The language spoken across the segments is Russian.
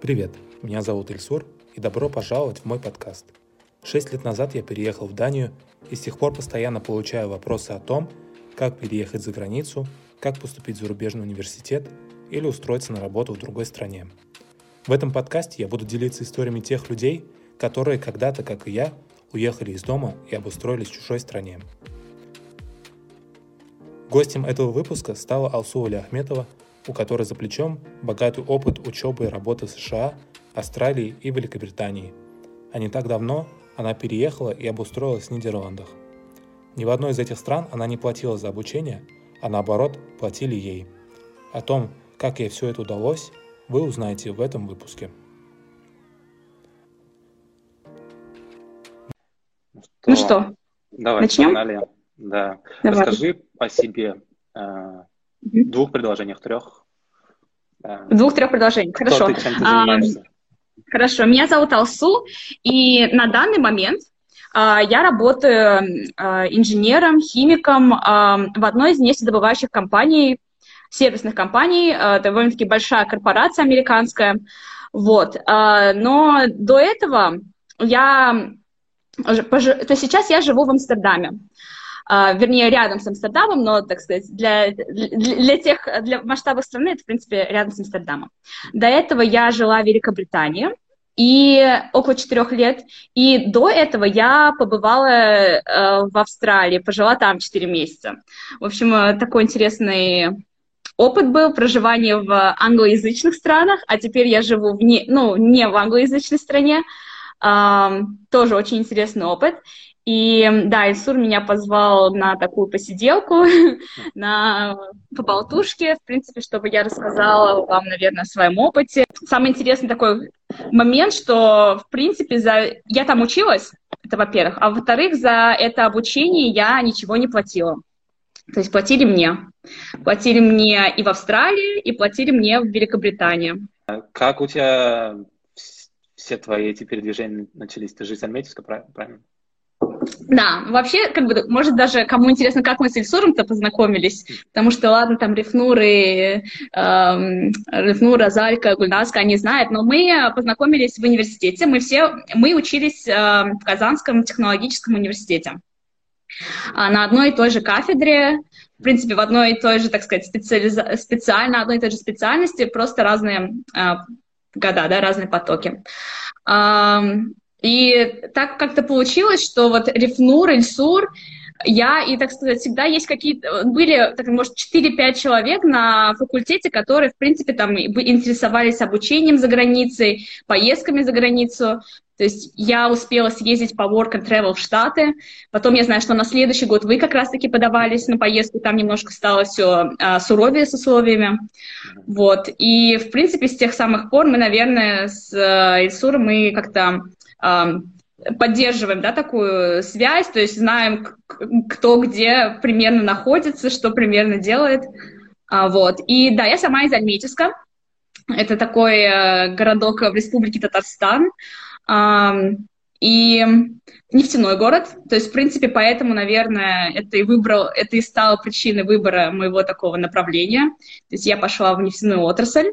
Привет, меня зовут Ильсур, и добро пожаловать в мой подкаст. 6 лет назад я переехал в Данию и с тех пор постоянно получаю вопросы о том, как переехать за границу, как поступить в зарубежный университет или устроиться на работу в другой стране. В этом подкасте я буду делиться историями тех людей, которые когда-то, как и я, уехали из дома и обустроились в чужой стране. Гостем этого выпуска стала Алсу Алиахметова, у которой за плечом богатый опыт учебы и работы в США, Австралии и Великобритании. А не так давно она переехала и обустроилась в Нидерландах. Ни в одной из этих стран она не платила за обучение, а наоборот платили ей. О том, как ей все это удалось, вы узнаете в этом выпуске. Ну что, давай, начнем? погнали. Да. Давай. Расскажи о себе в двух предложениях, трех. В двух-трех предложениях. Хорошо. Кто ты, чем ты занимаешься? Хорошо. Меня зовут Алсу, и на данный момент я работаю инженером, химиком в одной из нефтедобывающих компаний, сервисных компаний, довольно-таки большая корпорация американская. Вот. Но до этого сейчас я живу в Амстердаме. Вернее, рядом с Амстердамом, но, так сказать, для масштабов страны это, в принципе, рядом с Амстердамом. До этого я жила в Великобритании и около 4 лет, и до этого я побывала в Австралии, пожила там 4 месяца. В общем, такой интересный опыт был проживания в англоязычных странах, а теперь я живу не в англоязычной стране. Тоже очень интересный опыт. И да, Ильсур меня позвал на такую посиделку, на поболтушке, в принципе, чтобы я рассказала вам, наверное, о своем опыте. Самый интересный такой момент, что, в принципе, я там училась, это во-первых, а во-вторых, за это обучение я ничего не платила. То есть платили мне. Платили мне и в Австралии, и платили мне в Великобритании. Как у тебя все твои эти передвижения начались? Ты же из Альметьевска, правильно? Да, вообще, может, даже кому интересно, как мы с Ильсуром-то познакомились, потому что, ладно, там Рифнур, Залька, Гульнаска, они знают, но мы познакомились в университете, мы учились в Казанском технологическом университете на одной и той же кафедре, в принципе, в одной и той же, так сказать, специально одной и той же специальности, просто разные года, да, разные потоки. И так как-то получилось, что вот Рифнур, Ильсур, я, и, так сказать, всегда есть были, может, 4-5 человек на факультете, которые, в принципе, там интересовались обучением за границей, поездками за границу. То есть я успела съездить по Work and Travel в Штаты, потом я знаю, что на следующий год вы как раз-таки подавались на поездку, там немножко стало все суровее с условиями. Вот. И, в принципе, с тех самых пор мы, наверное, с Ильсуром мы как-то поддерживаем, да, такую связь, то есть знаем, кто где примерно находится, что примерно делает. Вот. И да, я сама из Альметьевска. Это такой городок в республике Татарстан. И нефтяной город. То есть, в принципе, поэтому, наверное, это и стало причиной выбора моего такого направления. То есть я пошла в нефтяную отрасль.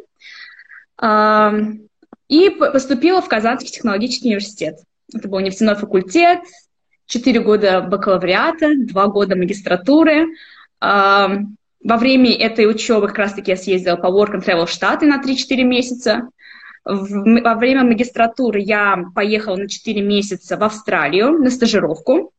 И поступила в Казанский технологический университет. Это был нефтяной факультет, 4 года бакалавриата, 2 года магистратуры. Во время этой учебы как раз-таки я съездила по Work and Travel в Штаты на 3-4 месяца. Во время магистратуры я поехала на 4 месяца в Австралию на стажировку.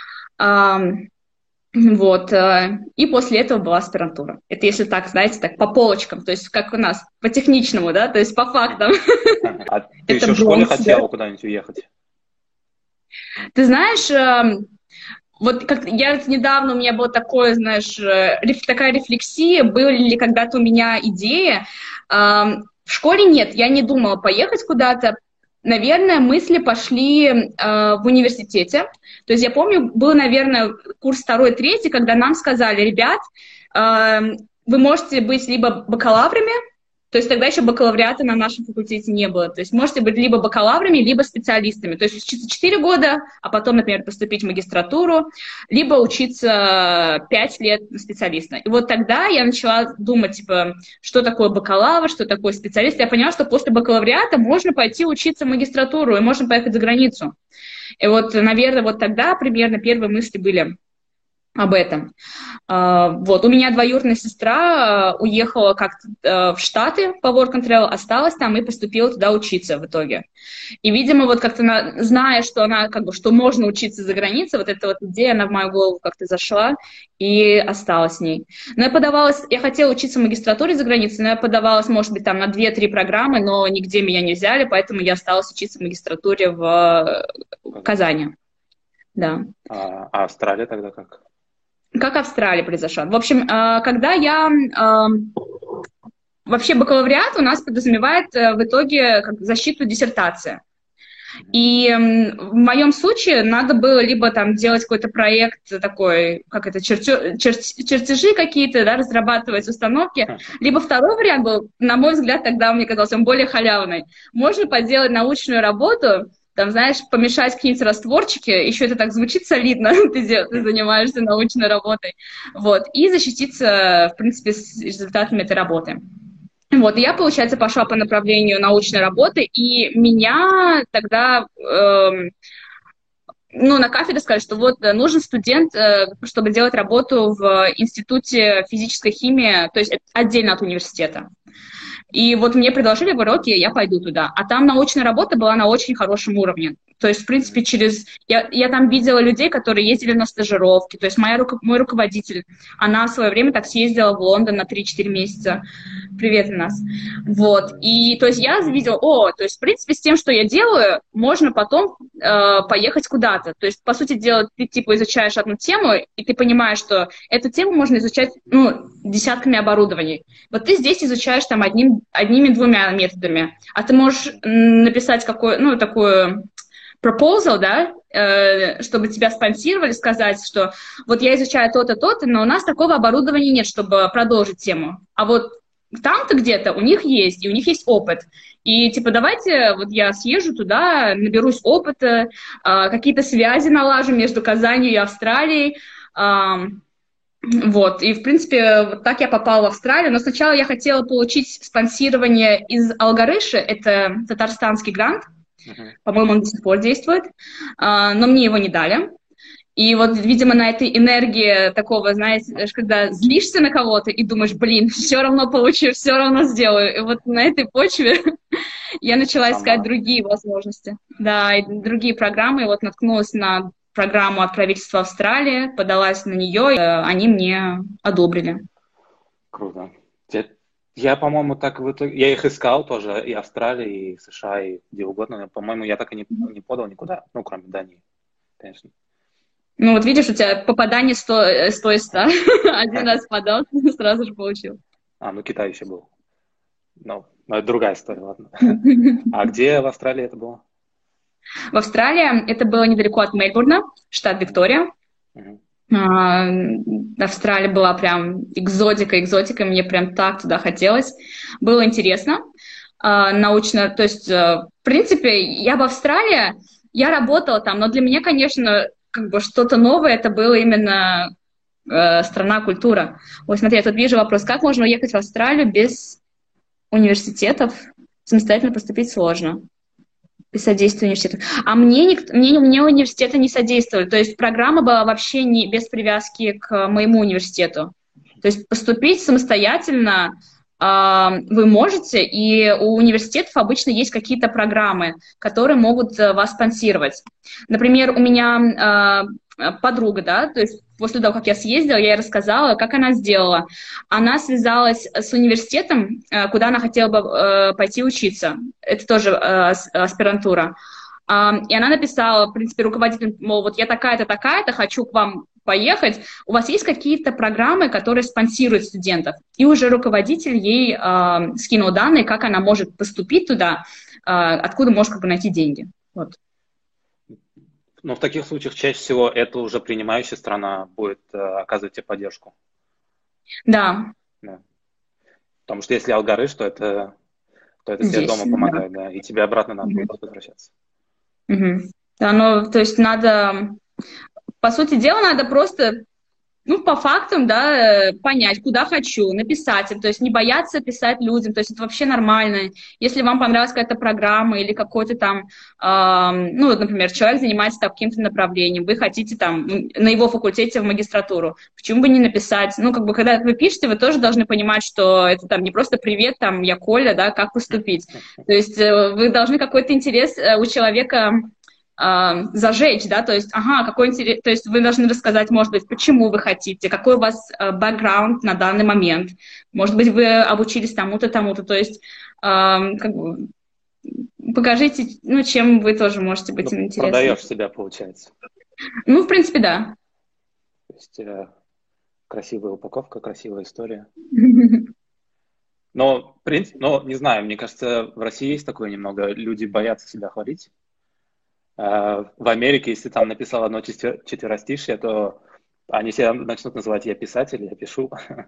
Вот. И после этого была аспирантура. Это если так, знаете, так по полочкам, то есть как у нас, по техничному, да, то есть по фактам. А ты еще в школе хотела куда-нибудь уехать? Ты знаешь, вот как я недавно, у меня была такая рефлексия, были ли когда-то у меня идеи. В школе нет, я не думала поехать куда-то. Наверное, мысли пошли в университете. То есть я помню, был, наверное, курс 2-3, когда нам сказали: ребят, вы можете быть либо бакалаврами, То есть тогда еще бакалавриата на нашем факультете не было. То есть можете быть либо бакалаврами, либо специалистами. То есть учиться 4 года, а потом, например, поступить в магистратуру, либо учиться 5 лет специалиста. И вот тогда я начала думать, типа, что такое бакалавр, что такое специалист. Я поняла, что после бакалавриата можно пойти учиться в магистратуру, и можно поехать за границу. И вот, наверное, вот тогда примерно первые мысли были об этом. Вот. У меня двоюродная сестра уехала как-то в Штаты по work and travel, осталась там и поступила туда учиться в итоге. И, видимо, вот как-то зная, что она, как бы, что можно учиться за границей, вот эта вот идея, она в мою голову как-то зашла и осталась с ней. Но я подавалась, я хотела учиться в магистратуре за границей, но я подавалась, может быть, там на 2-3 программы, но нигде меня не взяли, поэтому я осталась учиться в магистратуре в Казани. Да. А Австралия тогда как? Как Австралия произошла? В общем, когда я... Вообще бакалавриат у нас подразумевает в итоге защиту диссертации. И в моем случае надо было либо там делать какой-то проект такой, как это, чертежи какие-то, да, разрабатывать установки, либо второй вариант был, на мой взгляд, тогда мне казался он более халявный. Можно поделать научную работу, там, знаешь, помешать какие-нибудь растворчики, еще это так звучит солидно, ты занимаешься научной работой, вот, и защититься, в принципе, с результатами этой работы. Вот, и я, получается, пошла по направлению научной работы, и меня тогда, на кафедре сказали, что вот нужен студент, чтобы делать работу в Институте физической химии, то есть отдельно от университета. И вот мне предложили, я говорю, окей, я пойду туда. А там научная работа была на очень хорошем уровне. То есть, в принципе, я там видела людей, которые ездили на стажировки. То есть мой руководитель, она в свое время так съездила в Лондон на 3-4 месяца. Привет, нас. Вот. И, то есть, я видела, то есть, в принципе, с тем, что я делаю, можно потом поехать куда-то. То есть, по сути дела, ты, типа, изучаешь одну тему, и ты понимаешь, что эту тему можно изучать, десятками оборудований. Вот ты здесь изучаешь там одними-двумя методами, а ты можешь написать такую proposal, да, чтобы тебя спонсировали, сказать, что вот я изучаю то-то, то-то, но у нас такого оборудования нет, чтобы продолжить тему. А вот там-то где-то у них есть, и у них есть опыт. И типа давайте вот я съезжу туда, наберусь опыта, какие-то связи налажу между Казанью и Австралией. Вот, и, в принципе, вот так я попала в Австралию, но сначала я хотела получить спонсирование из Алгарыши, это татарстанский грант, по-моему, он до сих пор действует, но мне его не дали. И вот, видимо, на этой энергии такого, знаете, когда злишься на кого-то и думаешь, блин, все равно получу, все равно сделаю. И вот на этой почве я начала искать другие возможности. Да, и другие программы, и вот наткнулась на программу от правительства Австралии, подалась на нее, и они мне одобрили. Круто. Я, по-моему, так в итоге... Я их искал тоже, и Австралии, и США, и где угодно. Но, по-моему, я так и не подал никуда, кроме Дании, конечно. Ну вот видишь, у тебя попадание 100 из 100. Один раз подал, сразу же получил. Китай еще был. Но это другая история, ладно. А где в Австралии это было? В Австралии это было недалеко от Мельбурна, штат Виктория. Австралия была прям экзотика, мне прям так туда хотелось. Было интересно, научно, то есть, в принципе, я в Австралии, я работала там, но для меня, конечно, как бы что-то новое, это было именно страна, культура. Вот смотри, я тут вижу вопрос, как можно уехать в Австралию без университетов, самостоятельно поступить сложно. Без содействия университета. А мне университеты не содействовали. То есть программа была вообще не без привязки к моему университету. То есть поступить самостоятельно вы можете, и у университетов обычно есть какие-то программы, которые могут вас спонсировать. Например, у меня подруга, да, то есть после того, как я съездила, я ей рассказала, как она сделала. Она связалась с университетом, куда она хотела бы пойти учиться. Это тоже аспирантура. И она написала, в принципе, руководителю, мол, вот я такая-то, такая-то, хочу к вам поехать. У вас есть какие-то программы, которые спонсируют студентов? И уже руководитель ей скинул данные, как она может поступить туда, откуда может найти деньги. Вот. Но в таких случаях чаще всего это уже принимающая страна будет оказывать тебе поддержку. Да. Потому что если алгоритм, то это тебе Здесь, дома помогает, да, и тебе обратно надо будет возвращаться. Да, ну, то есть надо, по сути дела, надо просто, ну, по фактам, да, понять, куда хочу, написать это, то есть не бояться писать людям, то есть это вообще нормально. Если вам понравилась какая-то программа или какой-то там, ну, вот, например, человек занимается каким-то направлением, вы хотите там на его факультете в магистратуру, почему бы не написать? Ну, как бы, когда вы пишете, вы тоже должны понимать, что это там не просто «Привет, там, я Коля, да, как поступить?» То есть вы должны какой-то интерес у человека зажечь, да, то есть, какой интерес, то есть вы должны рассказать, может быть, почему вы хотите, какой у вас бэкграунд на данный момент, может быть, вы обучились тому-то, тому-то, то есть как бы покажите, ну, чем вы тоже можете быть им интересны. Продаешь себя, получается. Ну, в принципе, да. То есть красивая упаковка, красивая история. Но, не знаю, мне кажется, в России есть такое немного, люди боятся себя хвалить. В Америке, если там написал одно четверостишье, то они себя начнут называть «я писатель», «я пишу».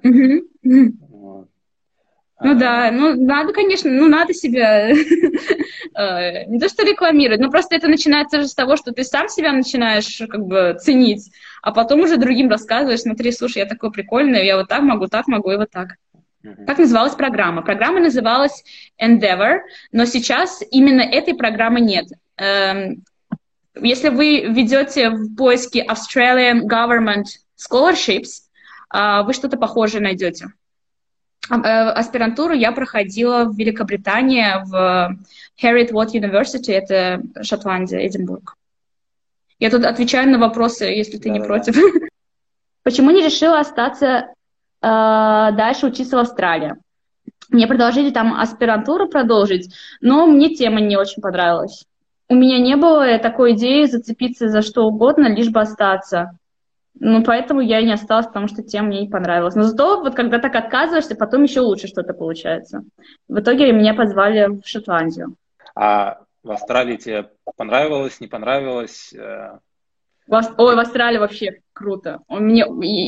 Ну да, ну надо, конечно, ну надо себя не то что рекламировать, но просто это начинается же с того, что ты сам себя начинаешь как бы ценить, а потом уже другим рассказываешь: смотри, слушай, я такой прикольный, я вот так могу и вот так. Как называлась программа? Программа называлась Endeavor, но сейчас именно этой программы нет. Если вы введете в поиске Australian Government Scholarships, вы что-то похожее найдете. Аспирантуру я проходила в Великобритании, в Heriot-Watt University, это Шотландия, Эдинбург. Я тут отвечаю на вопросы, если ты не против. Почему не решила остаться дальше учиться в Австралии? Мне предложили там аспирантуру продолжить, но мне тема не очень понравилась. У меня не было такой идеи зацепиться за что угодно, лишь бы остаться. Ну, поэтому я и не осталась, потому что тема мне не понравилась. Но зато вот когда так отказываешься, потом еще лучше что-то получается. В итоге меня позвали в Шотландию. А в Австралии тебе понравилось, не понравилось? В Австралии вообще круто. Мне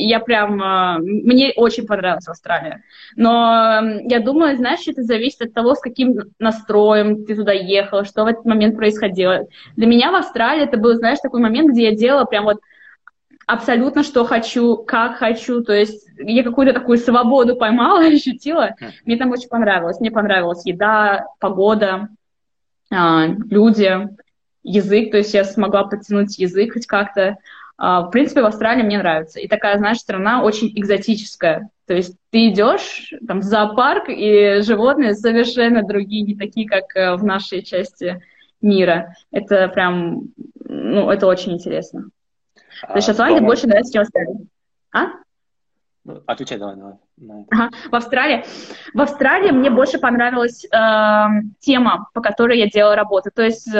очень понравилась Австралия. Но я думаю, знаешь, это зависит от того, с каким настроем ты туда ехала, что в этот момент происходило. Для меня в Австралии это был, знаешь, такой момент, где я делала прям вот абсолютно что хочу, как хочу, то есть я какую-то такую свободу поймала, ощутила. Мне там очень понравилось. Мне понравилась еда, погода, люди, язык, то есть я смогла подтянуть язык хоть как-то. В принципе, в Австралии мне нравится. И такая, знаешь, страна очень экзотическая. То есть ты идешь там в зоопарк, и животные совершенно другие, не такие, как в нашей части мира. Это прям, ну, это очень интересно. То есть Шотландия больше нравится, чем Австралия. Отвечай, давай. В Австралии мне больше понравилась тема, по которой я делала работу. То есть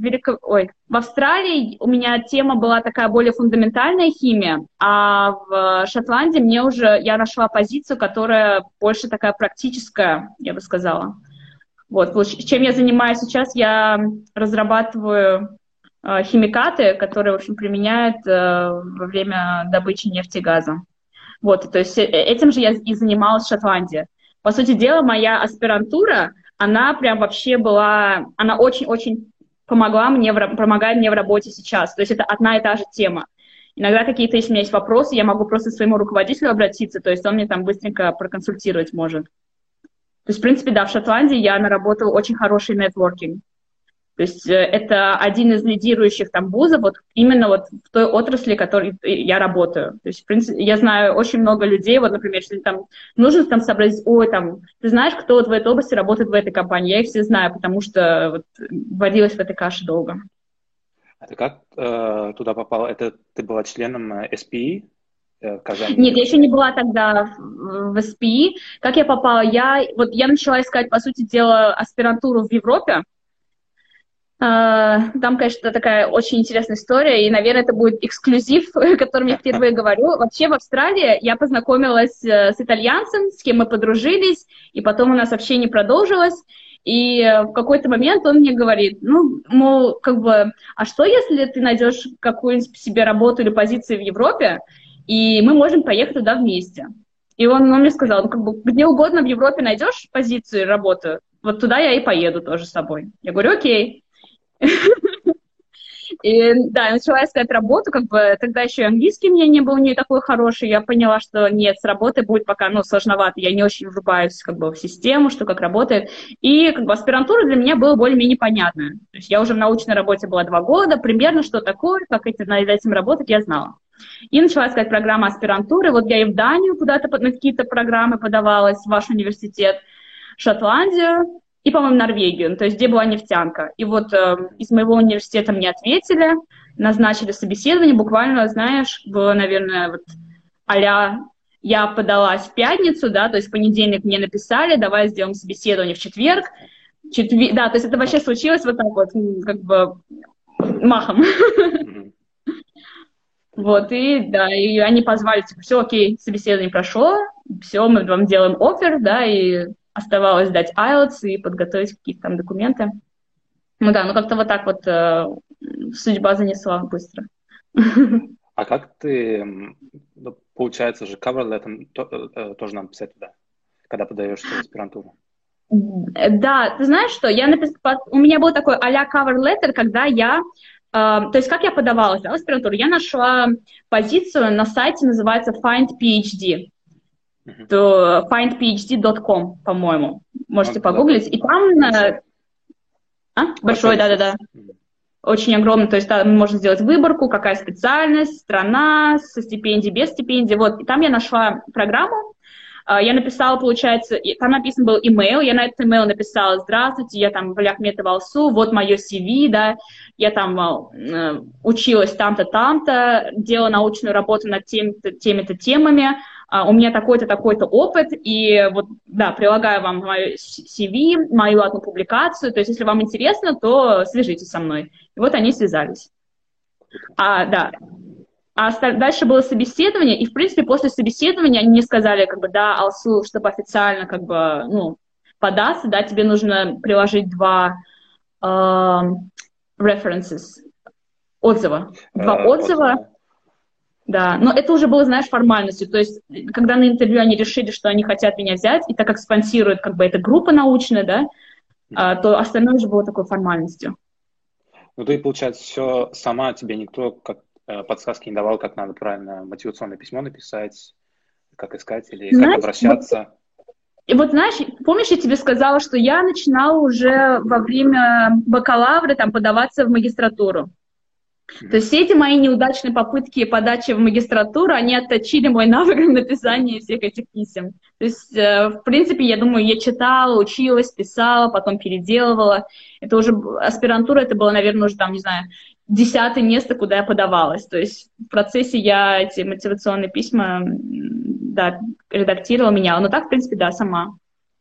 в Австралии у меня тема была такая более фундаментальная химия, а в Шотландии я нашла позицию, которая больше такая практическая, я бы сказала. Вот. Чем я занимаюсь сейчас, я разрабатываю химикаты, которые, в общем, применяют во время добычи нефти и газа. Вот, то есть этим же я и занималась в Шотландии. По сути дела, моя аспирантура, она прям вообще она очень-очень помогает мне в работе сейчас. То есть это одна и та же тема. Иногда какие-то, если у меня есть вопросы, я могу просто к своему руководителю обратиться, то есть он мне там быстренько проконсультировать может. То есть, в принципе, да, в Шотландии я наработала очень хороший нетворкинг. То есть это один из лидирующих там вузов вот именно вот в той отрасли, в которой я работаю. То есть, в принципе, я знаю очень много людей, вот, например, если там нужно там сообразить, ты знаешь, кто вот в этой области работает в этой компании? Я их все знаю, потому что вот вводилась в этой каше долго. А ты как туда попала? Это ты была членом SPE? Нет, я еще не была тогда в SPE. Как я попала? Я начала искать, по сути дела, аспирантуру в Европе. Там, конечно, такая очень интересная история, и, наверное, это будет эксклюзив, о котором я впервые говорю. Вообще в Австралии я познакомилась с итальянцем, с кем мы подружились, и потом у нас общение продолжилось. И в какой-то момент он мне говорит, а что, если ты найдешь какую-нибудь себе работу или позицию в Европе, и мы можем поехать туда вместе? И он мне сказал, ну, как бы, где угодно в Европе найдешь позицию и работу, вот туда я и поеду тоже с собой. Я говорю, окей. И да, я начала искать работу, как бы тогда еще и английский у меня не был не такой хороший, я поняла, что нет, с работой будет пока, ну, сложновато, я не очень врубаюсь как бы в систему, что как работает, и как бы аспирантура для меня была более-менее понятная, то есть я уже в научной работе была 2 года, примерно что такое, как над этим работать, я знала. И начала искать программу аспирантуры, вот я и в Данию куда-то на какие-то программы подавалась, в ваш университет, Шотландию, и, по-моему, Норвегию, ну, то есть где была нефтянка. И вот из моего университета мне ответили, назначили собеседование, буквально, знаешь, было, наверное, вот а-ля я подалась в пятницу, да, то есть в понедельник мне написали, давай сделаем собеседование в четверг. Да, то есть это вообще случилось вот так вот, как бы махом. Вот, и да, и они позвали, типа, все, окей, собеседование прошло, все, мы вам делаем оффер, да, и оставалось сдать IELTS и подготовить какие-то там документы. Ну да, ну как-то вот так вот судьба занесла быстро. А как ты, получается же, cover letter тоже надо писать туда, когда подаешься в аспирантуру? Да, ты знаешь что, у меня был такой а-ля cover letter, когда я, то есть как я подавалась, да, в аспирантуру, я нашла позицию на сайте, называется Find PhD. То findphd.com, по-моему. Можете погуглить. И там... Большой, да-да-да. Очень огромный. То есть там можно сделать выборку, какая специальность, страна, со стипендией, без стипендии. Вот. И там я нашла программу. Я написала, получается, там написан был имейл, я на этот имейл написала: здравствуйте, я там Валя Ахметова Алсу, вот мое CV, да, я там училась там-то, там-то, делала научную работу над теми-то темами, у меня такой-то, такой-то опыт, и вот, да, прилагаю вам мое CV, мою одну публикацию, то есть если вам интересно, то свяжитесь со мной. И вот они связались. Да. А дальше было собеседование, и, в принципе, после собеседования они мне сказали, как бы, да, Алсу, чтобы официально, как бы, ну, податься, да, тебе нужно приложить 2 references, отзыва. 2 отзыва. Да, но это уже было, знаешь, формальностью. То есть, когда на интервью они решили, что они хотят меня взять, и так как спонсирует, как бы, эта группа научная, да, то остальное уже было такой формальностью. Ну, ты, получается, все сама, тебе никто как подсказки не давал, как надо правильно мотивационное письмо написать, как искать или знаешь, как обращаться? И вот, знаешь, помнишь, я тебе сказала, что я начинала уже во время бакалавра там подаваться в магистратуру. То есть все эти мои неудачные попытки подачи в магистратуру, они отточили мой навык написания всех этих писем. То есть, в принципе, я думаю, я читала, училась, писала, потом переделывала. Это уже аспирантура, это было, наверное, уже там, не знаю, 10-е место, куда я подавалась. То есть в процессе я эти мотивационные письма, да, редактировала, меняла. Но так, в принципе, да, сама.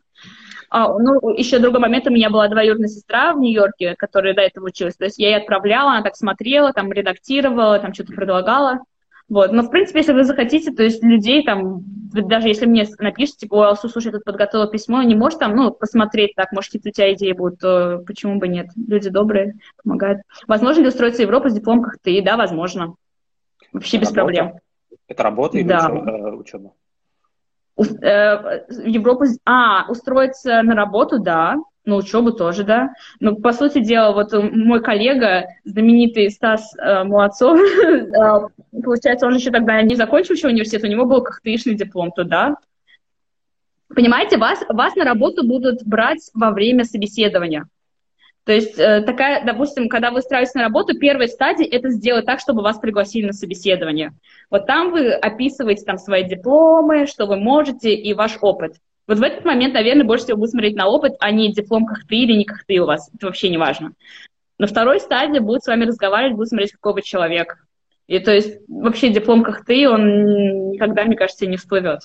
Ну, еще другой момент, у меня была двоюродная сестра в Нью-Йорке, которая до этого училась. То есть я ей отправляла, она так смотрела, там редактировала, там что-то предлагала. Вот. Но, в принципе, если вы захотите, то есть людей там, даже если мне напишите, типа, ой, Алсу, слушай, я тут подготовила письмо, не можешь там, ну, посмотреть так, может, какие-то у тебя идеи будут, то почему бы нет? Люди добрые, помогают. Возможно ли устроиться в Европу с дипломом КХТИ? Да, возможно. Вообще без проблем. Это работа или учеба? В Европу... устроиться на работу, да, на учебу тоже, да. Но, по сути дела, вот мой коллега, знаменитый Стас Молодцов, получается, он еще тогда не закончивший университет, у него был КХТИшный диплом туда. Понимаете, вас на работу будут брать во время собеседования. То есть такая, допустим, когда вы устраиваетесь на работу, первая стадия — это сделать так, чтобы вас пригласили на собеседование. Вот там вы описываете там свои дипломы, что вы можете, и ваш опыт. Вот в этот момент, наверное, больше всего будут смотреть на опыт, а не диплом КХТИ или не КХТИ у вас. Это вообще не важно. На второй стадии будут с вами разговаривать, будут смотреть, какой вы человек. И то есть вообще диплом КХТИ, он никогда, мне кажется, не всплывет.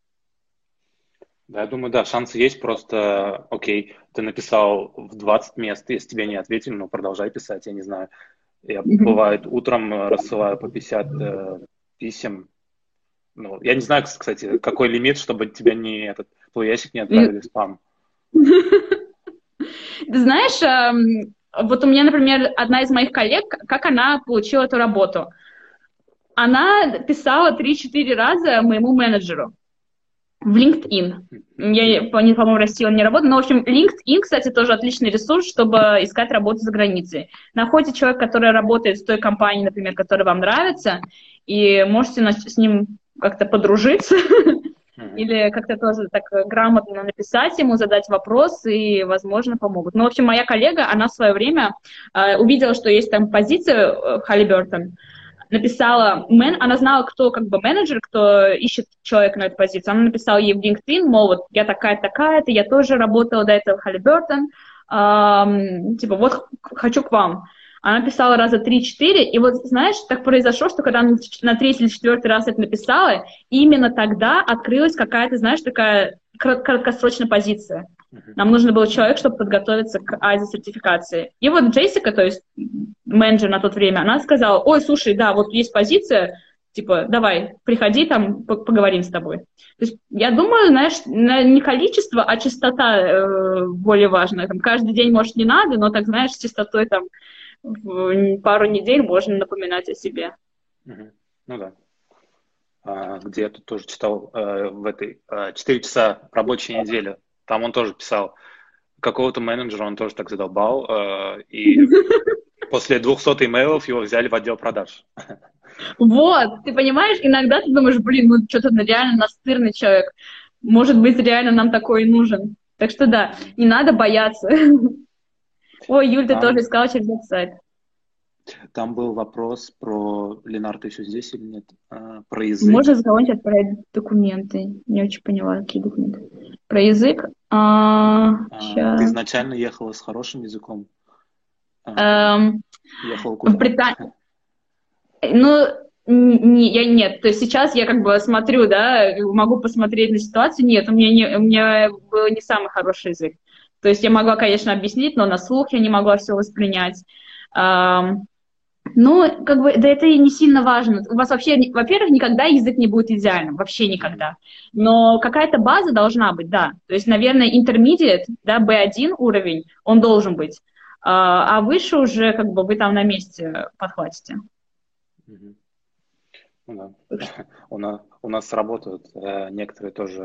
Да, я думаю, да, шансы есть, просто, окей, ты написал в 20 мест, если тебе не ответили, ну, продолжай писать, я не знаю. Я, бывает, утром рассылаю по 50 писем. Ну, я не знаю, кстати, какой лимит, чтобы тебя твой ящик не отправили в спам. Ты знаешь, вот у меня, например, одна из моих коллег, как она получила эту работу? Она писала 3-4 раза моему менеджеру. В LinkedIn. Я, по-моему, в России он не работает. Но, в общем, LinkedIn, кстати, тоже отличный ресурс, чтобы искать работу за границей. Находите человека, который работает в той компании, например, которая вам нравится, и можете с ним как-то подружиться или как-то тоже так грамотно написать ему, задать вопрос, и, возможно, помогут. Ну, в общем, моя коллега, она в свое время увидела, что есть там позиция Halliburton, написала, она знала, кто как бы менеджер, кто ищет человека на эту позицию. Она написала ей в LinkedIn, мол, вот я такая-такая-то, я тоже работала до этого в Halliburton, типа, вот хочу к вам. Она писала раза 3-4, и вот, знаешь, так произошло, что когда она на 3 или 4 раз это написала, именно тогда открылась какая-то, знаешь, такая краткосрочная позиция. Нам нужно было человек, чтобы подготовиться к ISO-сертификации. И вот Джессика, то есть менеджер на то время, она сказала, ой, слушай, да, вот есть позиция, типа, давай, приходи, там, поговорим с тобой. То есть я думаю, знаешь, не количество, а частота более важна. Там, каждый день, может, не надо, но, так, знаешь, с частотой там в пару недель можно напоминать о себе. Ну да. Где я тут тоже читал в этой 4 часа рабочей недели. Там он тоже писал, какого-то менеджера он тоже так задолбал, и после 200 имейлов его взяли в отдел продаж. Вот, ты понимаешь, иногда ты думаешь, блин, ну что-то реально настырный человек. Может быть, реально нам такой и нужен. Так что да, не надо бояться. Ой, Юль, ты тоже искала через этот сайт. Там был вопрос про... Ленар, ты еще здесь или нет? Про язык. Можно за кого-нибудь отправить документы? Не очень поняла, какие документы. Про язык? Ты изначально ехала с хорошим языком? Ехала куда? В Британии. Ну, нет. То есть сейчас я как бы смотрю, да, могу посмотреть на ситуацию. Нет, у меня был не самый хороший язык. То есть я могла, конечно, объяснить, но на слух я не могла все воспринять. Ну, как бы, да это и не сильно важно. У вас вообще, во-первых, никогда язык не будет идеальным, вообще никогда. Но какая-то база должна быть, да. То есть, наверное, intermediate, да, B1 уровень, он должен быть. А выше уже, как бы, вы там на месте подхватите. Ну да. У нас работают некоторые тоже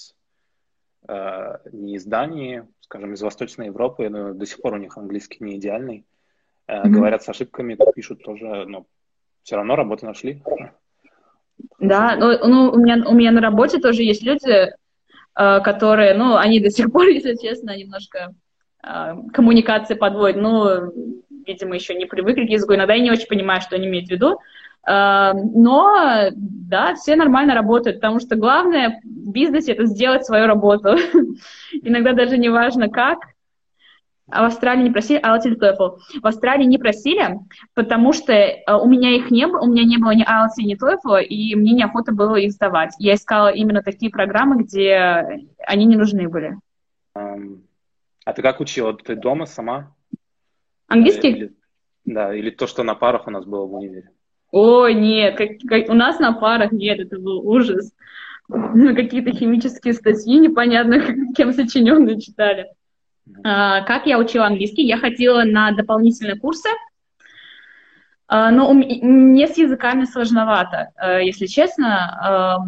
не из Дании, скажем, из Восточной Европы, но до сих пор у них английский не идеальный. Говорят с ошибками, пишут тоже, но все равно работу нашли. Да, ну у меня на работе тоже есть люди, которые, ну, они до сих пор, если честно, немножко коммуникации подводят, ну, видимо, еще не привыкли к языку, иногда я не очень понимаю, что они имеют в виду, но, да, все нормально работают, потому что главное в бизнесе — это сделать свою работу. Иногда даже не важно как. А в Австралии не просили IELTS или TOEFL. В Австралии не просили, потому что у меня их не было, у меня не было ни IELTS, ни TOEFL, и мне неохота было их сдавать. Я искала именно такие программы, где они не нужны были. А ты как учила? Ты дома сама? Английский? Или то, что на парах у нас было в универе? Ой, нет, у нас на парах нет, это был ужас. Мы какие-то химические статьи непонятно кем сочиненные читали. Как я учила английский? Я ходила на дополнительные курсы, но мне с языками сложновато, если честно.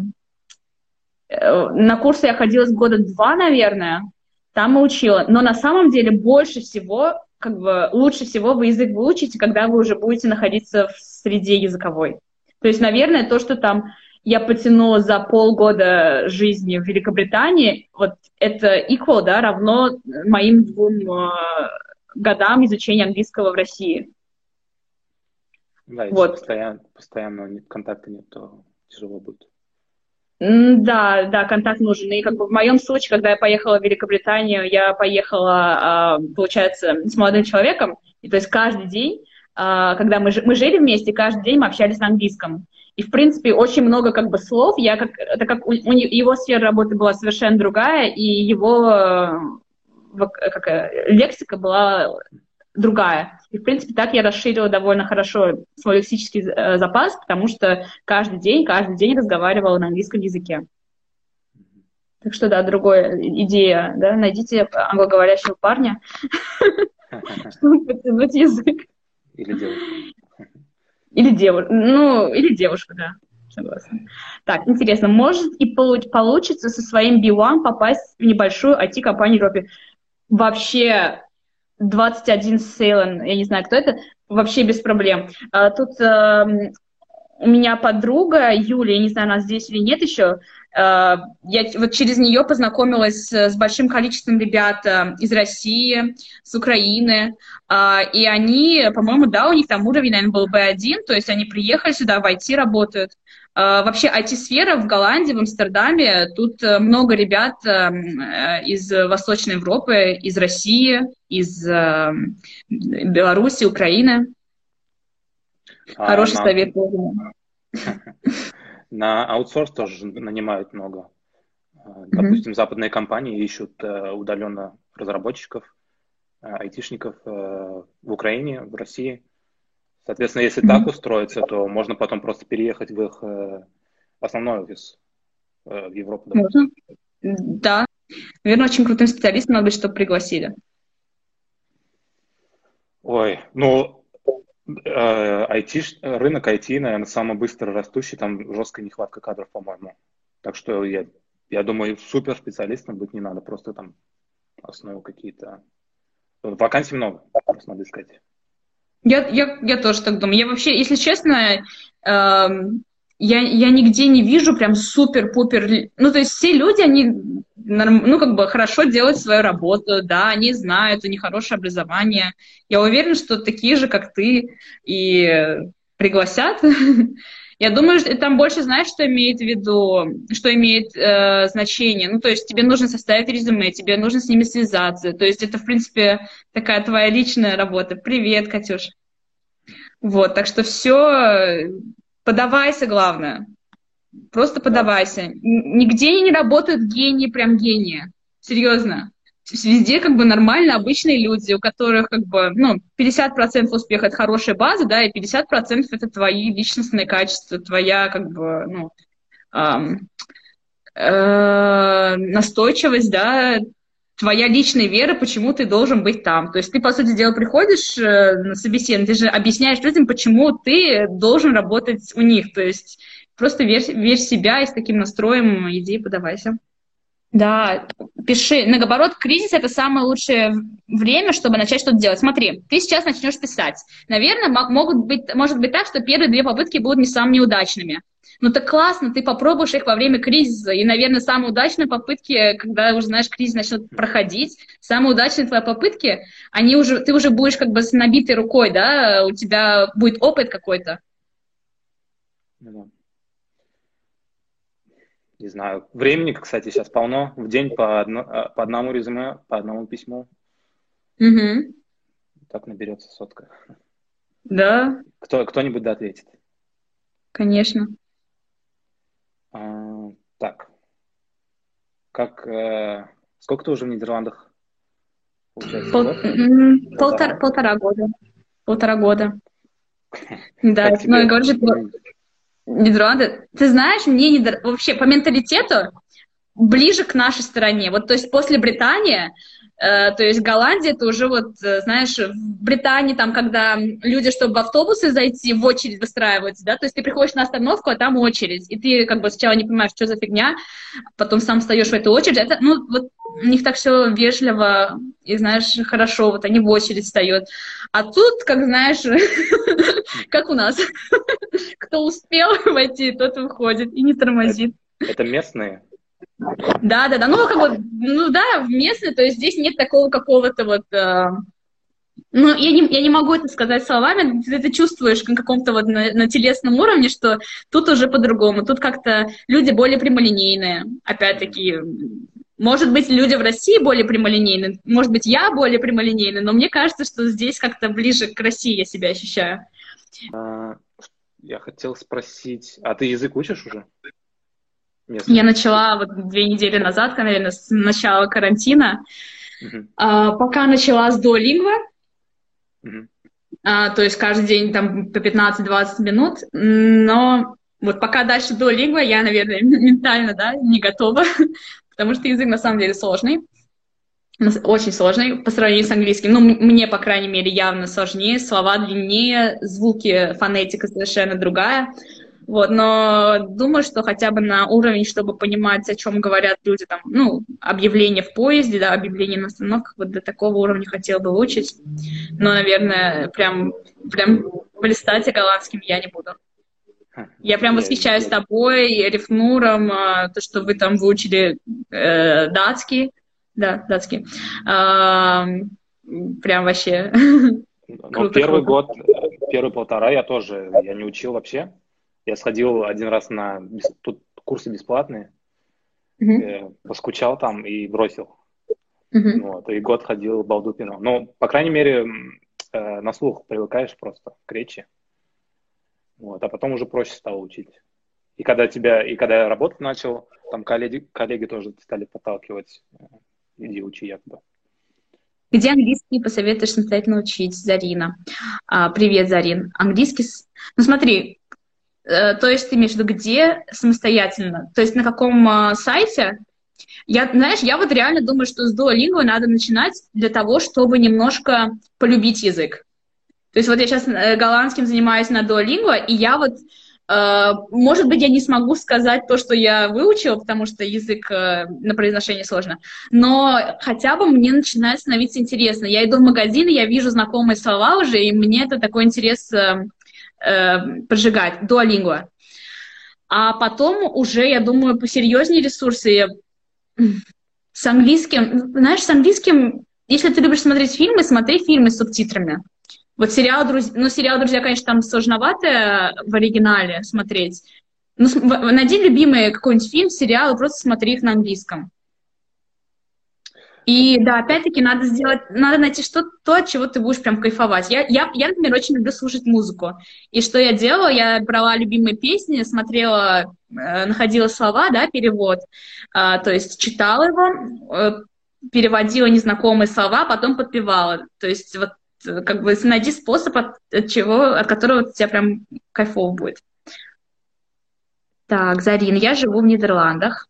На курсы я ходила с года 2, наверное, там и учила. Но на самом деле больше всего, как бы лучше всего вы язык выучите, когда вы уже будете находиться в среде языковой. То есть, наверное, то, что там я потянула за полгода жизни в Великобритании, вот это equal, да, равно моим 2 годам изучения английского в России. Да, если вот. постоянно контакта нет, то тяжело будет. Да, контакт нужен. И как бы в моем случае, когда я поехала в Великобританию, я поехала, получается, с молодым человеком, и то есть каждый день, когда мы жили вместе, каждый день мы общались на английском. И, в принципе, очень много как бы слов, так как его сфера работы была совершенно другая, и его лексика была другая. И, в принципе, так я расширила довольно хорошо свой лексический запас, потому что каждый день разговаривала на английском языке. Так что, да, другая идея, да, найдите англоговорящего парня, чтобы потянуть язык. Или девушку. Или девушку, да. Согласна. Так, интересно, может и получится со своим B1 попасть в небольшую IT-компанию в Европе? Вообще 21 Сейлон, я не знаю, кто это, вообще без проблем. Тут у меня подруга Юля, я не знаю, она здесь или нет еще, я вот через нее познакомилась с большим количеством ребят из России, с Украины, и они, по-моему, да, у них там уровень, наверное, был B1, то есть они приехали сюда, в IT работают. Вообще IT-сфера в Голландии, в Амстердаме, тут много ребят из Восточной Европы, из России, из Беларуси, Украины. Хороший совет. На аутсорс тоже нанимают много. Допустим, западные компании ищут удаленно разработчиков, айтишников в Украине, в России. Соответственно, если так устроиться, то можно потом просто переехать в их основной офис в Европу. Можно. Да. Наверное, очень крутым специалистом надо быть, чтобы пригласили. Ой, ну, рынок IT, наверное, самый быстро растущий, там жесткая нехватка кадров, по-моему. Так что я думаю, супер специалистом быть не надо, просто там основы какие-то. Вакансий много, просто надо искать. Я тоже так думаю. Я вообще, если честно, я нигде не вижу прям супер-пупер... Ну, то есть все люди, они, ну, как бы хорошо делают свою работу, да, они знают, у них хорошее образование. Я уверена, что такие же, как ты, и пригласят. Я думаю, там больше знаешь, что имеет в виду, что имеет значение. Ну, то есть тебе нужно составить резюме, тебе нужно с ними связаться. То есть это, в принципе, такая твоя личная работа. Привет, Катюш. Вот, так что все, подавайся, главное. Просто подавайся. Нигде не работают гении, прям гении. Серьезно. Везде как бы нормально обычные люди, у которых как бы, ну, 50% успеха — это хорошая база, да, и 50% это твои личностные качества, твоя как бы, ну, настойчивость, да, твоя личная вера, почему ты должен быть там. То есть ты, по сути дела, приходишь на собеседование, ты же объясняешь людям, почему ты должен работать у них. То есть просто верь в себя и с таким настроем иди подавайся. Да, пиши. Наоборот, кризис — это самое лучшее время, чтобы начать что-то делать. Смотри, ты сейчас начнешь писать. Наверное, может быть так, что первые 2 попытки будут не самыми удачными. Ну так классно, ты попробуешь их во время кризиса. И, наверное, самые удачные попытки, когда уже, знаешь, кризис начнет проходить, самые удачные твои попытки, ты уже будешь как бы с набитой рукой, да, у тебя будет опыт какой-то. Не знаю. Времени, кстати, сейчас полно. В день по одному резюме, по одному письму. Угу. Так наберется 100. Да. Кто-нибудь да ответит. Конечно. Так. Сколько ты уже в Нидерландах? Полтора года. 1,5 года. Да, ну и говорю, что Нидерланды, ты знаешь, мне вообще по менталитету ближе к нашей стороне. Вот, то есть после Британии, то есть Голландия, это уже вот, знаешь, в Британии там, когда люди, чтобы в автобусы зайти, в очередь выстраиваются, да, то есть ты приходишь на остановку, а там очередь, и ты как бы сначала не понимаешь, что за фигня, потом сам встаешь в эту очередь. Это, ну, вот у них так все вежливо и, знаешь, хорошо, вот они в очередь встают. А тут, как знаешь, как у нас, кто успел войти, тот выходит и не тормозит. Это местные? Да, ну, как бы, ну да, местные, то есть здесь нет такого какого-то вот, ну, я не могу это сказать словами, ты это чувствуешь на каком-то вот на телесном уровне, что тут уже по-другому, тут как-то люди более прямолинейные, опять-таки, может быть, люди в России более прямолинейные, может быть, я более прямолинейный, но мне кажется, что здесь как-то ближе к России я себя ощущаю. Я хотел спросить, а ты язык учишь уже? Я начала вот 2 недели назад, наверное, с начала карантина. Пока начала с Duolingo. То есть каждый день там по 15-20 минут. Но вот пока дальше Duolingo, я, наверное, ментально, да, не готова. Потому что язык на самом деле сложный. Очень сложный по сравнению с английским. Ну, мне, по крайней мере, явно сложнее. Слова длиннее, звуки, фонетика совершенно другая. Вот, но думаю, что хотя бы на уровень, чтобы понимать, о чем говорят люди, там, ну, объявления в поезде, да, объявления на остановках, вот до такого уровня хотела бы выучить. Но, наверное, прям блистать голландским я не буду. Я прям восхищаюсь тобой, Рифнуром, то, что вы там выучили датский. Да, датский. Прям вообще Ну, первый год, первые полтора я не учил вообще. Я сходил один раз на тут курсы бесплатные, поскучал там и бросил. Вот, и год ходил балдупином. Ну, по крайней мере, на слух привыкаешь просто к речи. Вот, а потом уже проще стало учить. И когда я работать начал, там коллеги тоже стали подталкивать, иди учи якобы. Где английский посоветуешь самостоятельно учить, Зарина? Привет, Зарин. Английский... Ну смотри, то есть ты имеешь в виду, где самостоятельно? То есть на каком сайте? Знаешь, я вот реально думаю, что с Duolingo надо начинать для того, чтобы немножко полюбить язык. То есть вот я сейчас голландским занимаюсь на Duolingo, и я вот, может быть, я не смогу сказать то, что я выучила, потому что язык на произношение сложно, но хотя бы мне начинает становиться интересно. Я иду в магазин, и я вижу знакомые слова уже, и мне это такой интерес прожигает. Duolingo. А потом уже, я думаю, посерьезнее ресурсы. С английским, знаешь, с английским, если ты любишь смотреть фильмы, смотри фильмы с субтитрами. Вот сериал «Друзья», конечно, там сложновато в оригинале смотреть. Но найди любимый какой-нибудь фильм, сериал, и просто смотри их на английском. И да, опять-таки надо найти то, от чего ты будешь прям кайфовать. Я, например, очень люблю слушать музыку. И что я делала? Я брала любимые песни, смотрела, находила слова, да, перевод, то есть читала его, переводила незнакомые слова, потом подпевала. То есть вот как бы найди способ, от которого у тебя прям кайфово будет. Так, Зарин, я живу в Нидерландах.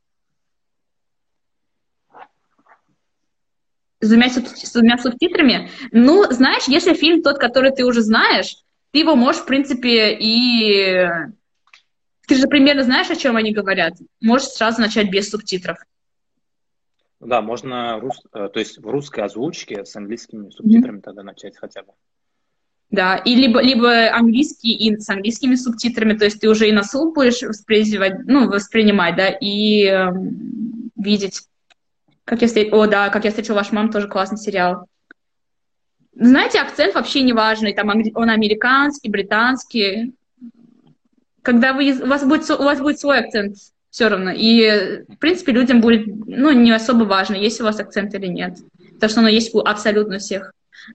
С двумя субтитрами. Ну, знаешь, если фильм тот, который ты уже знаешь, ты его можешь, в принципе, и... Ты же примерно знаешь, о чем они говорят. Можешь сразу начать без субтитров. Да, можно то есть в русской озвучке с английскими субтитрами тогда начать хотя бы. Да, и либо английский и с английскими субтитрами, то есть ты уже и на слух будешь воспринимать, да, и видеть. Как я встретила вашу маму, тоже классный сериал. Знаете, акцент вообще не важный, там он американский, британский. Когда у вас будет свой акцент все равно. И, в принципе, людям будет, не особо важно, есть у вас акцент или нет. Потому что оно есть абсолютно у всех.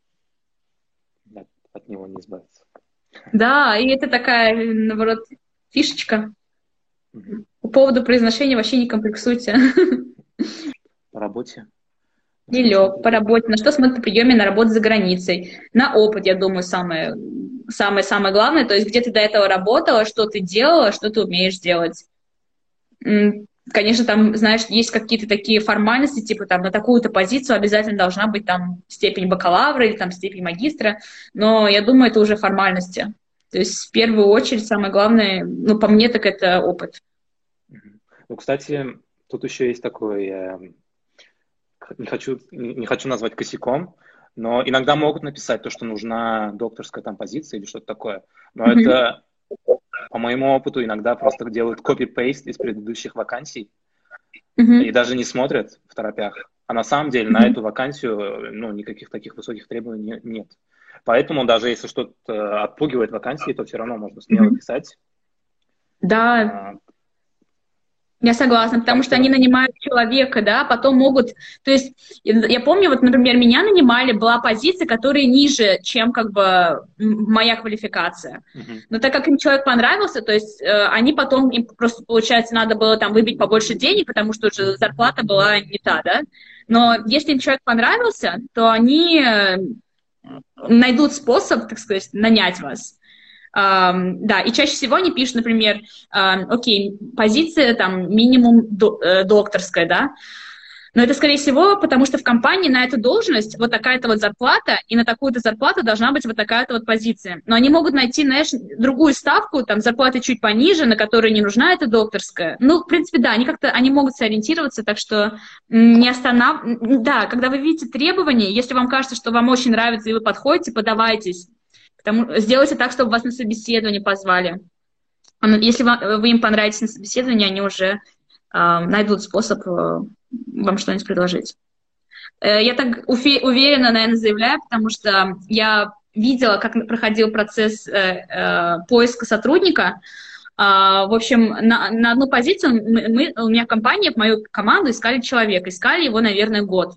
От него не избавиться. Да, и это такая, наоборот, фишечка. По поводу произношения вообще не комплексуйте. По работе? Нелёг, по работе. На что смотрят при приеме на работу за границей? На опыт, я думаю, самое главное. То есть, где ты до этого работала, что ты делала, что ты умеешь делать. Конечно, там, знаешь, есть какие-то такие формальности, типа там на такую-то позицию обязательно должна быть там степень бакалавра или там степень магистра, но я думаю, это уже формальности. То есть, в первую очередь, самое главное, по мне, так это опыт. Ну, кстати, тут еще есть такой... Не хочу назвать косяком, но иногда могут написать то, что нужна докторская там позиция или что-то такое. Но это, по моему опыту, иногда просто делают копи-пейст из предыдущих вакансий и даже не смотрят в торопях. А на самом деле на эту вакансию никаких таких высоких требований нет. Поэтому даже если что-то отпугивает вакансии, то все равно можно смело писать. Да. Я согласна, потому что они нанимают человека, да, потом могут... То есть я помню, вот, например, меня нанимали, была позиция, которая ниже, чем как бы моя квалификация. Но так как им человек понравился, то есть они потом, им просто, получается, надо было там выбить побольше денег, потому что уже зарплата была не та, да. Но если им человек понравился, то они найдут способ, так сказать, нанять вас. Да, и чаще всего они пишут, например, окей, позиция там минимум докторская, да, Но это, скорее всего, потому что в компании на эту должность вот такая-то вот зарплата, и на такую-то зарплату должна быть вот такая-то вот позиция. Но они могут найти, знаешь, другую ставку, там, зарплаты чуть пониже, на которой не нужна эта докторская. Ну, в принципе, да, они могут сориентироваться, так что Да, когда вы видите требования, если вам кажется, что вам очень нравится, и вы подходите, подавайтесь. Сделайте так, чтобы вас на собеседование позвали. Если вы им понравитесь на собеседовании, они уже найдут способ вам что-нибудь предложить. Я так уверенно, наверное, заявляю, потому что я видела, как проходил процесс поиска сотрудника. В общем, на одну позицию у меня компания, в мою команду искали человека. Искали его, наверное, год.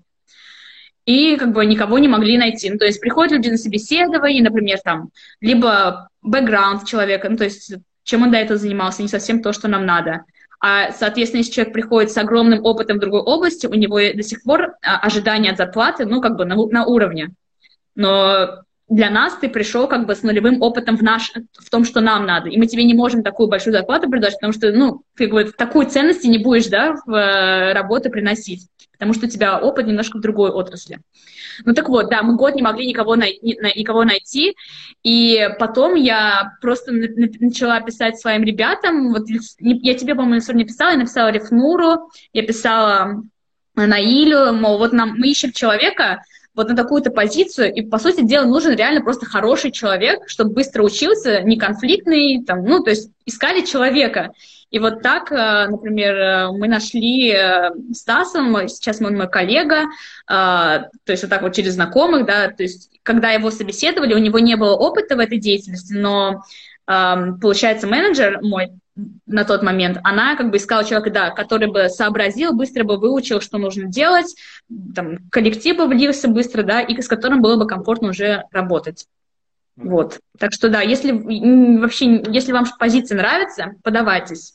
И как бы никого не могли найти. Ну, то есть приходят люди на собеседование, например, там, либо бэкграунд человека, ну, то есть чем он до этого занимался, не совсем то, что нам надо. А, соответственно, если человек приходит с огромным опытом в другой области, у него до сих пор ожидания от зарплаты, ну, как бы на уровне. Но для нас ты пришел как бы с нулевым опытом в том, что нам надо. И мы тебе не можем такую большую зарплату предложить, потому что, ну, ты как бы, такой ценности не будешь, да, в работу приносить, потому что у тебя опыт немножко в другой отрасли. Ну так вот, да, мы год не могли никого найти, и потом я просто начала писать своим ребятам, вот я тебе, по-моему, не писала, я написала Рефнуру, я писала Наилю, мол, вот мы ищем человека вот на такую-то позицию, и, по сути дела, нужен реально просто хороший человек, чтобы быстро учился, не конфликтный, там, ну, то есть искали человека. И вот так, например, мы нашли Стаса, сейчас он мой коллега, то есть вот так вот через знакомых, да, то есть когда его собеседовали, у него не было опыта в этой деятельности, но, получается, менеджер мой на тот момент, она как бы искала человека, да, который бы сообразил, быстро бы выучил, что нужно делать, там, коллектив бы влился быстро, да, и с которым было бы комфортно уже работать. Вот. Так что да, если вам позиция нравится, подавайтесь.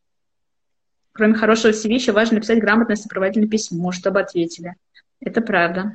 Кроме хорошего CV, еще важно написать грамотное сопроводительное письмо, чтобы ответили. Это правда.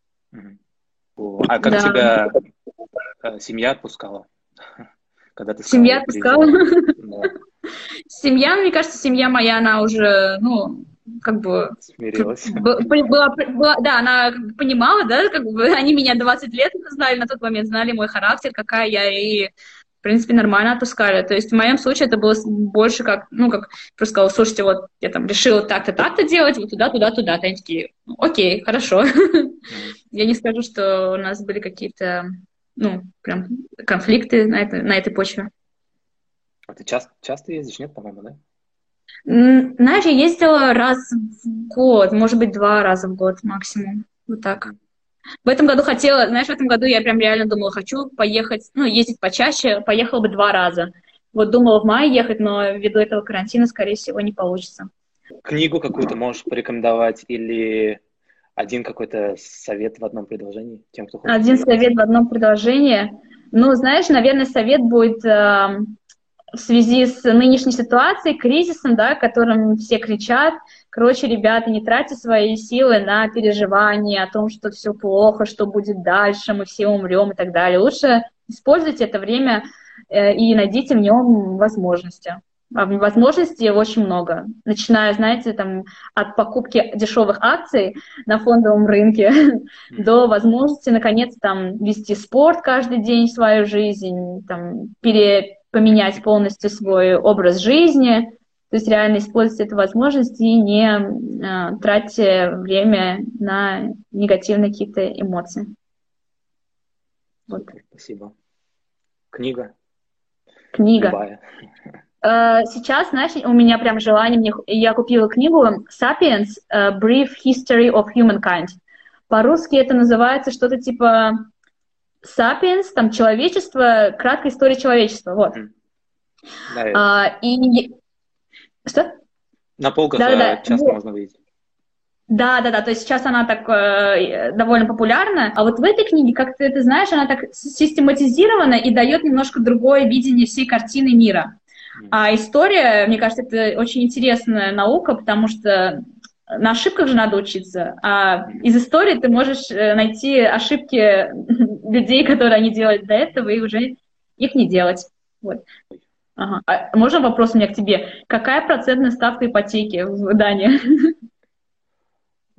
А как тебя семья отпускала? Когда ты Семья отпускала? Да. Семья, мне кажется, семья моя, она уже, ну, как бы... Смирилась. Да, она понимала, да, как бы они меня 20 лет знали на тот момент, знали мой характер, какая я, и, в принципе, нормально отпускали. То есть в моем случае это было больше как, ну, как просто сказала, слушайте, вот я там решила так-то, так-то делать, вот туда, туда, туда. Они такие, окей, хорошо. Я не скажу, что у нас были какие-то, ну, прям конфликты на этой почве. А ты часто ездишь, нет, по-моему, да? Знаешь, я ездила раз в год, может быть, 2 раза в год максимум. Вот так. В этом году я прям реально думала, хочу поехать, ну, ездить почаще, поехала бы 2 раза. Вот думала в мае ехать, но ввиду этого карантина, скорее всего, не получится. Книгу какую-то можешь порекомендовать или один какой-то совет в одном предложении тем, кто хочет? Один совет в одном предложении. Ну, знаешь, наверное, совет будет... в связи с нынешней ситуацией, кризисом, да, которым все кричат. Короче, ребята, не тратьте свои силы на переживания о том, что все плохо, что будет дальше, мы все умрем и так далее. Лучше используйте это время и найдите в нем возможности. Возможностей очень много. Начиная, знаете, там, от покупки дешевых акций на фондовом рынке до возможности, наконец, там, вести спорт каждый день в свою жизнь, там, поменять полностью свой образ жизни, то есть реально использовать эту возможность и не тратьте время на негативные какие-то эмоции. Вот. Спасибо. Книга? Любая. Сейчас, знаешь, у меня прям желание, я купила книгу «Sapiens. A Brief History of Humankind». По-русски это называется что-то типа «Sapiens», там «Человечество», краткая история человечества, вот. Что? На полках часто можно видеть. Да, то есть сейчас она так довольно популярна, а вот в этой книге, как ты знаешь, она так систематизирована и дает немножко другое видение всей картины мира. А история, мне кажется, это очень интересная наука, потому что на ошибках же надо учиться, а из истории ты можешь найти ошибки людей, которые они делали до этого, и уже их не делать. Вот. Ага. А можно вопрос у меня к тебе? Какая процентная ставка ипотеки в Дании?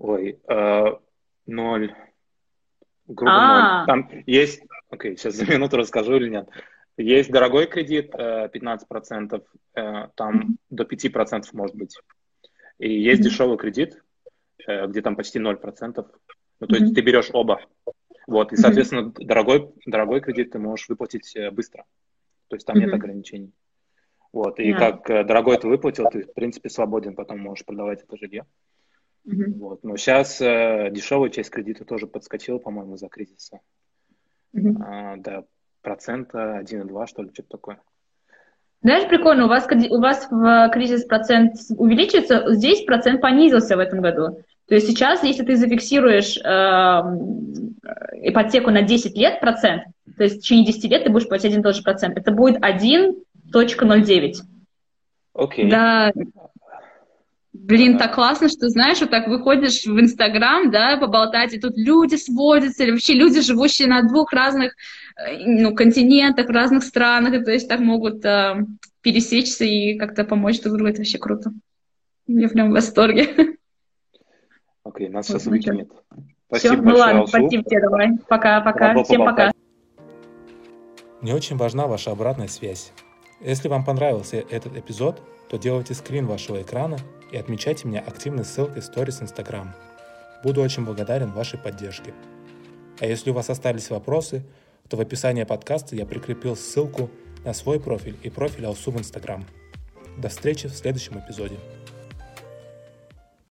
Ой, 0. Грубо 0. Там есть... Окей, сейчас за минуту расскажу или нет. Есть дорогой кредит, 15%, там до 5% может быть. И есть дешевый кредит, где там почти 0%. Ну, то есть ты берешь оба. Вот, и, соответственно, дорогой кредит ты можешь выплатить быстро. То есть там нет ограничений. Вот, и как дорогой ты выплатил, ты, в принципе, свободен, потом можешь продавать это жилье. Вот. Но сейчас дешевая часть кредита тоже подскочила, по-моему, из-за кризиса. До 1,2%, что ли, что-то такое. Знаешь, прикольно, у вас в кризис процент увеличивается, здесь процент понизился в этом году. То есть сейчас, если ты зафиксируешь ипотеку на 10 лет процент, то есть в течение 10 лет ты будешь платить один и тот же процент, это будет 1,09. Окей. Да. Блин, так классно, что, знаешь, вот так выходишь в Инстаграм, да, поболтать, и тут люди сводятся, или вообще люди, живущие на двух разных континентах, в разных странах, и, то есть так могут пересечься и как-то помочь друг другу. Это вообще круто. Я прям в восторге. Окей, нас сейчас выкинет. Спасибо большое, ладно, Алсу. Спасибо тебе, давай. Пока-пока. Всем пока. Мне очень важна ваша обратная связь. Если вам понравился этот эпизод, то делайте скрин вашего экрана и отмечайте меня активной ссылкой в Stories Instagram. Буду очень благодарен вашей поддержке. А если у вас остались вопросы, то в описании подкаста я прикрепил ссылку на свой профиль и профиль Алсу в Instagram. До встречи в следующем эпизоде.